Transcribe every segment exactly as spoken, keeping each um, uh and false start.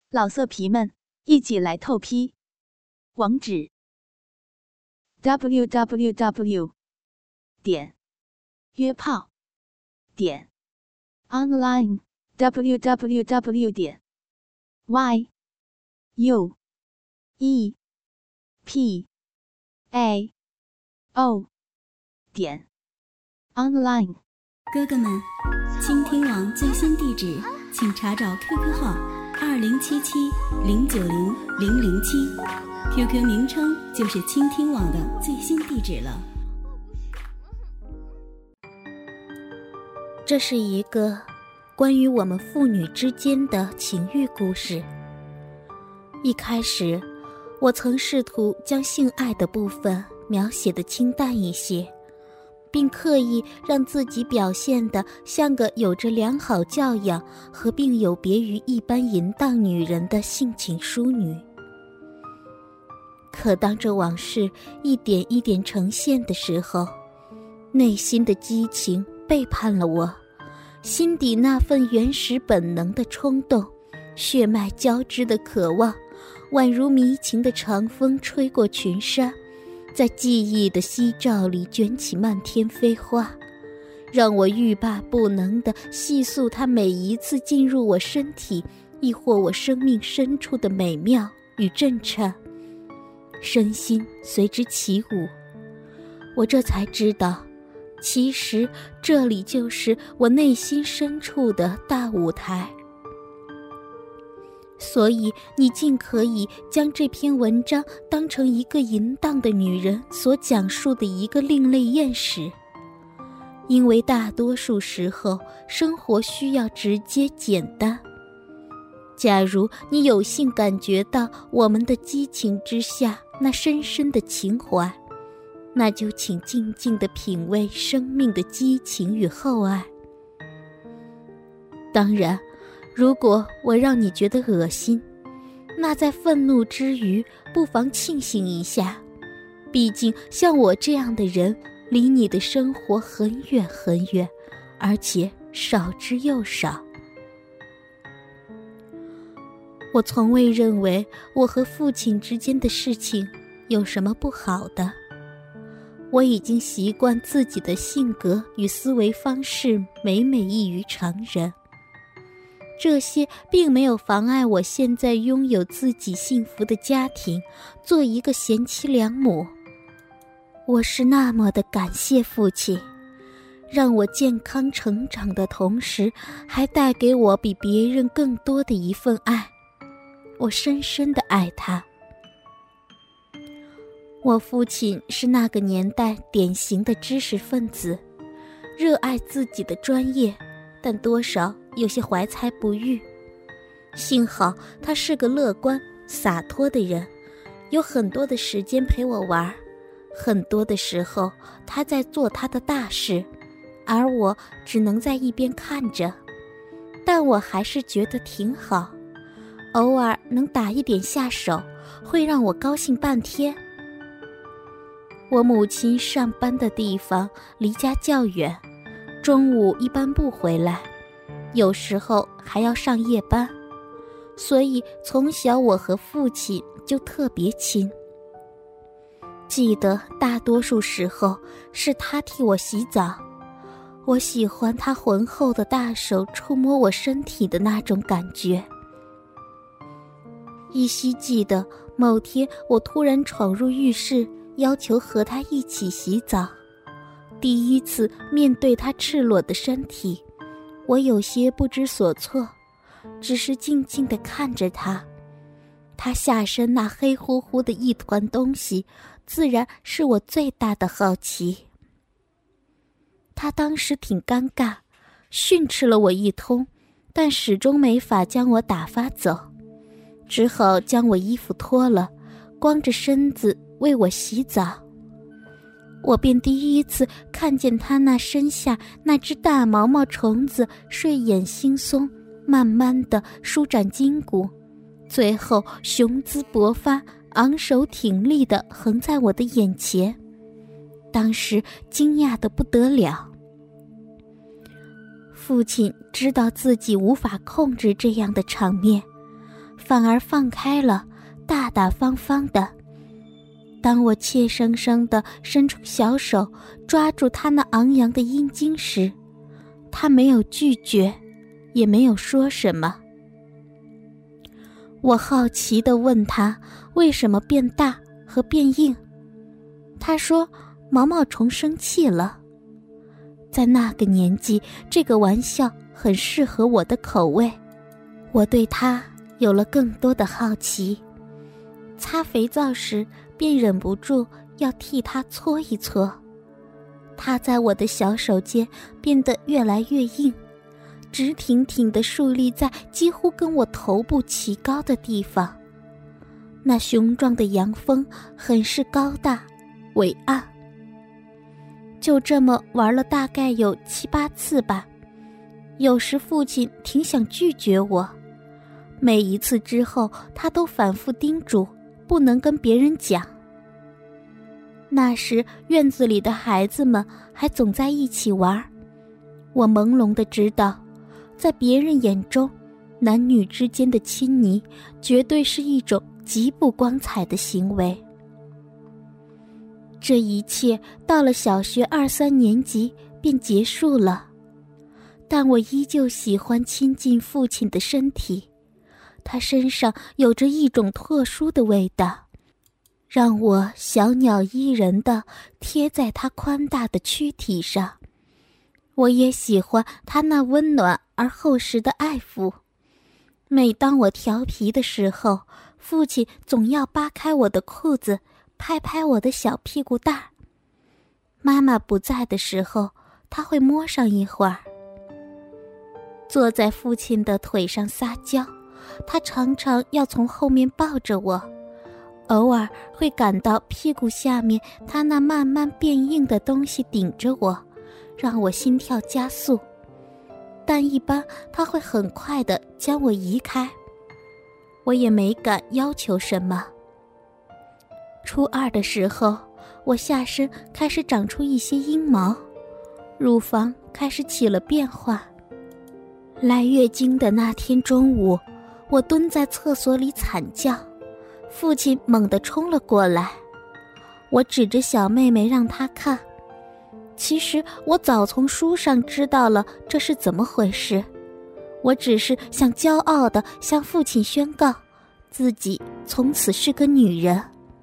老色皮们，一起来透批！网址 ：double u double u double u 点约炮点 online double u double u double u 点 y u e p a o 点 online。 哥哥们，倾听网最新地址，请查找 Q Q 号二零七七零九零零零七 ，Q Q 名称就是倾听网的最新地址了。 这是一个关于我们父女之间的情欲故事。一开始，我曾试图将性爱的部分描写得清淡一些，并刻意让自己表现得像个有着良好教养和并有别于一般淫荡女人的性情淑女。可当这往事一点一点呈现的时候，内心的激情背叛了我，心底那份原始本能的冲动，血脉交织的渴望，宛如迷情的长风吹过群山，在记忆的夕照里卷起漫天飞花，让我欲罢不能地细诉它每一次进入我身体亦或我生命深处的美妙与震颤，身心随之起舞。我这才知道，其实这里就是我内心深处的大舞台。所以你尽可以将这篇文章当成一个淫荡的女人所讲述的一个另类艳史，因为大多数时候生活需要直接简单。假如你有幸感觉到我们的激情之下那深深的情怀，那就请静静地品味生命的激情与厚爱。当然，如果我让你觉得恶心，那在愤怒之余不妨庆幸一下，毕竟像我这样的人离你的生活很远很远，而且少之又少。我从未认为我和父亲之间的事情有什么不好的，我已经习惯自己的性格与思维方式每每异于常人，这些并没有妨碍我现在拥有自己幸福的家庭，做一个贤妻良母。我是那么的感谢父亲，让我健康成长的同时，还带给我比别人更多的一份爱。我深深地爱他。我父亲是那个年代典型的知识分子，热爱自己的专业，但多少有些怀才不遇。幸好他是个乐观洒脱的人，有很多的时间陪我玩，很多的时候他在做他的大事，而我只能在一边看着，但我还是觉得挺好，偶尔能打一点下手，会让我高兴半天。我母亲上班的地方离家较远，中午一般不回来，有时候还要上夜班，所以从小我和父亲就特别亲。记得大多数时候是他替我洗澡，我喜欢他浑厚的大手触摸我身体的那种感觉。依稀记得某天我突然闯入浴室，要求和他一起洗澡。第一次面对他赤裸的身体，我有些不知所措，只是静静地看着他。他下身那黑乎乎的一团东西，自然是我最大的好奇。他当时挺尴尬，训斥了我一通，但始终没法将我打发走，只好将我衣服脱了，光着身子为我洗澡。我便第一次看见他那身下那只大毛毛虫子睡眼惺忪，慢慢地舒展筋骨，最后雄姿勃发，昂首挺立地横在我的眼前。当时惊讶得不得了。父亲知道自己无法控制这样的场面， 反而放开了，大大方方的。当我怯生生地伸出小手抓住他那昂扬的阴茎时，他没有拒绝，也没有说什么。我好奇地问他为什么变大和变硬，他说毛毛虫生气了。在那个年纪，这个玩笑很适合我的口味，我对他有了更多的好奇。擦肥皂时便忍不住要替他搓一搓，他在我的小手间变得越来越硬，直挺挺地竖立在几乎跟我头部齐高的地方。那雄壮的阳峰很是高大伟岸。就这么玩了大概有七八次吧，有时父亲挺想拒绝我，每一次之后他都反复叮嘱不能跟别人讲。那时院子里的孩子们还总在一起玩，我朦胧地知道，在别人眼中，男女之间的亲昵绝对是一种极不光彩的行为。这一切到了小学二三年级便结束了，但我依旧喜欢亲近父亲的身体，他身上有着一种特殊的味道，让我小鸟依人地贴在他宽大的躯体上。我也喜欢他那温暖而厚实的爱抚。每当我调皮的时候，父亲总要扒开我的裤子，拍拍我的小屁股蛋儿。妈妈不在的时候，他会摸上一会儿。坐在父亲的腿上撒娇，他常常要从后面抱着我，偶尔会感到屁股下面他那慢慢变硬的东西顶着我，让我心跳加速，但一般他会很快地将我移开，我也没敢要求什么。初二的时候，我下身开始长出一些阴毛，乳房开始起了变化。来月经的那天中午，我蹲在厕所里惨叫，父亲猛地冲了过来。我指着小妹妹让她看，其实我早从书上知道了这是怎么回事，我只是想骄傲地向父亲宣告，自己从此是个女人。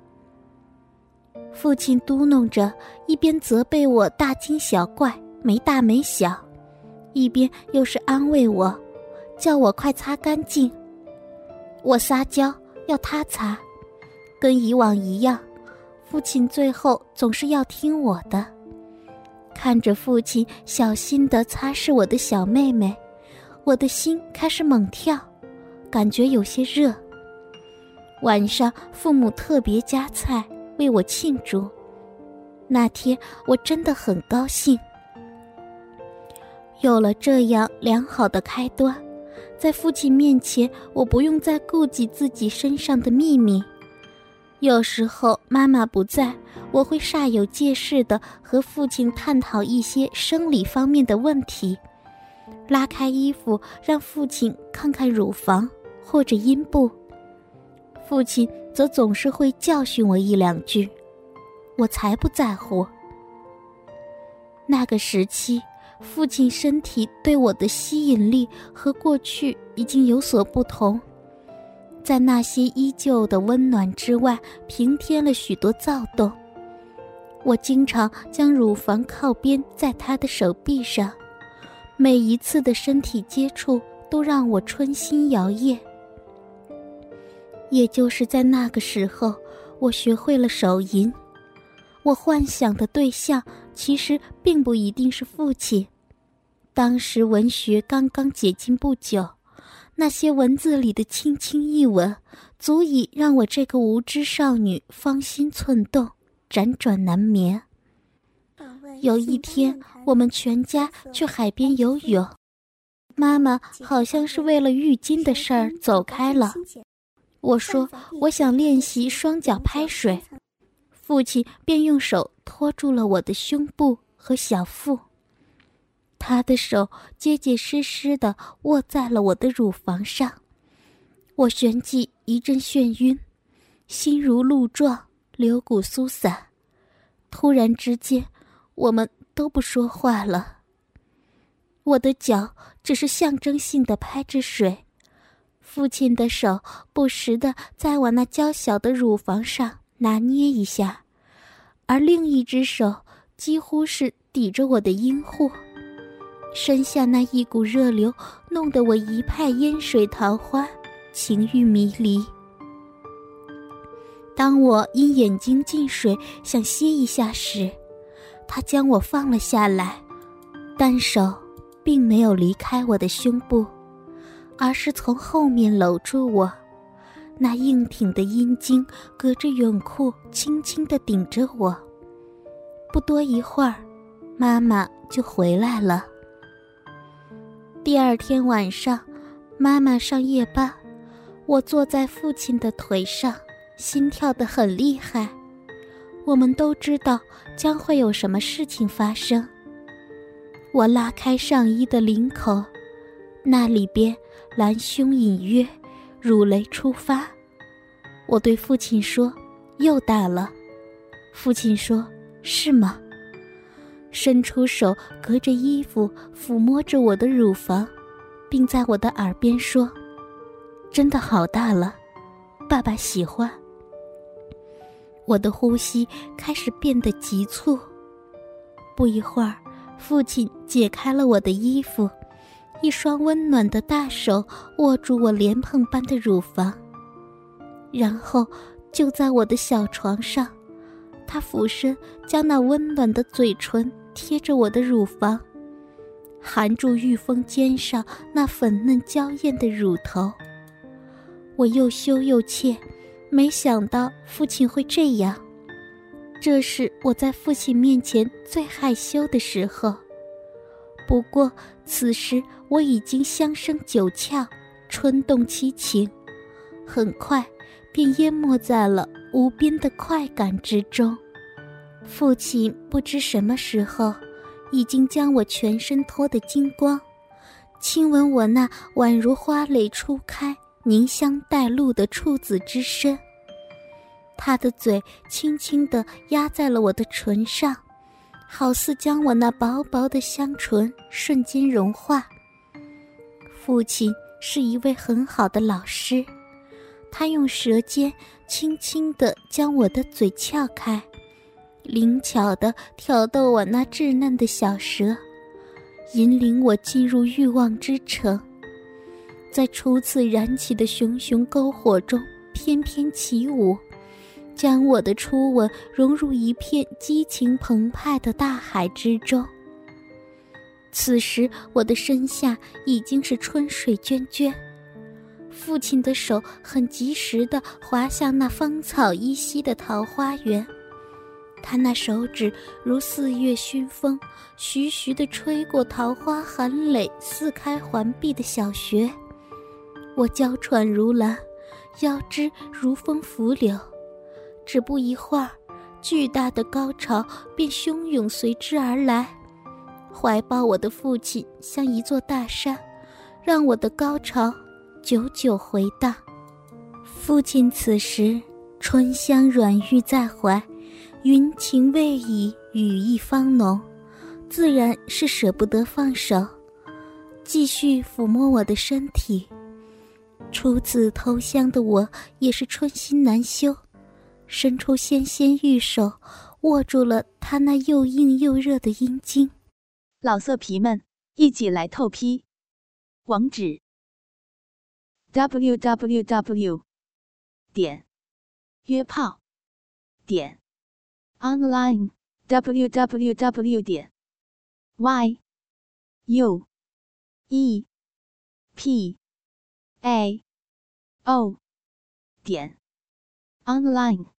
父亲嘟哝着，一边责备我大惊小怪没大没小，一边又是安慰我，叫我快擦干净。我撒娇要他擦，跟以往一样，父亲最后总是要听我的。看着父亲小心地擦拭我的小妹妹，我的心开始猛跳，感觉有些热。晚上父母特别夹菜为我庆祝，那天我真的很高兴。有了这样良好的开端，在父亲面前我不用再顾及自己身上的秘密。有时候妈妈不在，我会煞有介事地和父亲探讨一些生理方面的问题，拉开衣服让父亲看看乳房或者阴部，父亲则总是会教训我一两句，我才不在乎。那个时期，父亲身体对我的吸引力和过去已经有所不同，在那些依旧的温暖之外，平添了许多躁动。我经常将乳房靠边在他的手臂上，每一次的身体接触都让我春心摇曳。也就是在那个时候，我学会了手淫。我幻想的对象其实并不一定是父亲。当时文学刚刚解禁不久，那些文字里的轻轻一吻，足以让我这个无知少女芳心寸动，辗转难眠。有一天，我们全家去海边游泳，妈妈好像是为了浴巾的事儿走开了。我说我想练习双脚拍水，父亲便用手托住了我的胸部和小腹，他的手结结实实地握在了我的乳房上。 我旋即一阵眩晕，心如鹿撞，流骨酥散。突然之间，我们都不说话了。我的脚只是象征性地拍着水，父亲的手不时地在我那娇小的乳房上拿捏一下，而另一只手几乎是抵着我的阴户。身下那一股热流弄得我一派烟水桃花，情欲迷离。当我因眼睛进水想歇一下时，他将我放了下来，但手并没有离开我的胸部，而是从后面搂住我，那硬挺的阴茎隔着泳裤轻轻地顶着我。不多一会儿，妈妈就回来了。第二天晚上，妈妈上夜班，我坐在父亲的腿上，心跳得很厉害。我们都知道将会有什么事情发生。我拉开上衣的领口，那里边蓝胸隐约，乳雷出发。我对父亲说：“又大了。”父亲说：“是吗？”伸出手隔着衣服抚摸着我的乳房，并在我的耳边说：“真的好大了，爸爸喜欢。”我的呼吸开始变得急促。不一会儿，父亲解开了我的衣服，一双温暖的大手握住我莲蓬般的乳房，然后就在我的小床上，他俯身将那温暖的嘴唇贴着我的乳房，含住玉峰肩上那粉嫩娇艳的乳头。我又羞又怯，没想到父亲会这样。这是我在父亲面前最害羞的时候。不过此时我已经香声九窍，春动七情，很快便淹没在了无边的快感之中。父亲不知什么时候已经将我全身脱得精光，亲吻我那宛如花蕾初开、凝香带露的处子之身。他的嘴轻轻地压在了我的唇上，好似将我那薄薄的香唇瞬间融化。父亲是一位很好的老师，他用舌尖轻轻地将我的嘴撬开，灵巧地挑逗我那稚嫩的小舌，引领我进入欲望之城，在初次燃起的熊熊篝火中翩翩起舞，将我的初吻融入一片激情澎湃的大海之中。此时我的身下已经是春水涓涓，父亲的手很及时地滑向那芳草依稀的桃花源，他那手指如四月熏风，徐徐地吹过桃花含蕾四开环壁的小穴。我娇喘如兰，腰肢如风拂柳，只不一会儿，巨大的高潮便汹涌随之而来。怀抱我的父亲像一座大山，让我的高潮久久回荡。父亲此时春香软玉在怀，云情未已，羽意方浓，自然是舍不得放手，继续抚摸我的身体。初次偷香的我也是春心难休，伸出纤纤玉手握住了他那又硬又热的阴茎。 老色皮们，一起来透批！网址 ：double-u double-u double-u 点约炮点 online double-u double-u double-u 点 y u e p a o 点 online。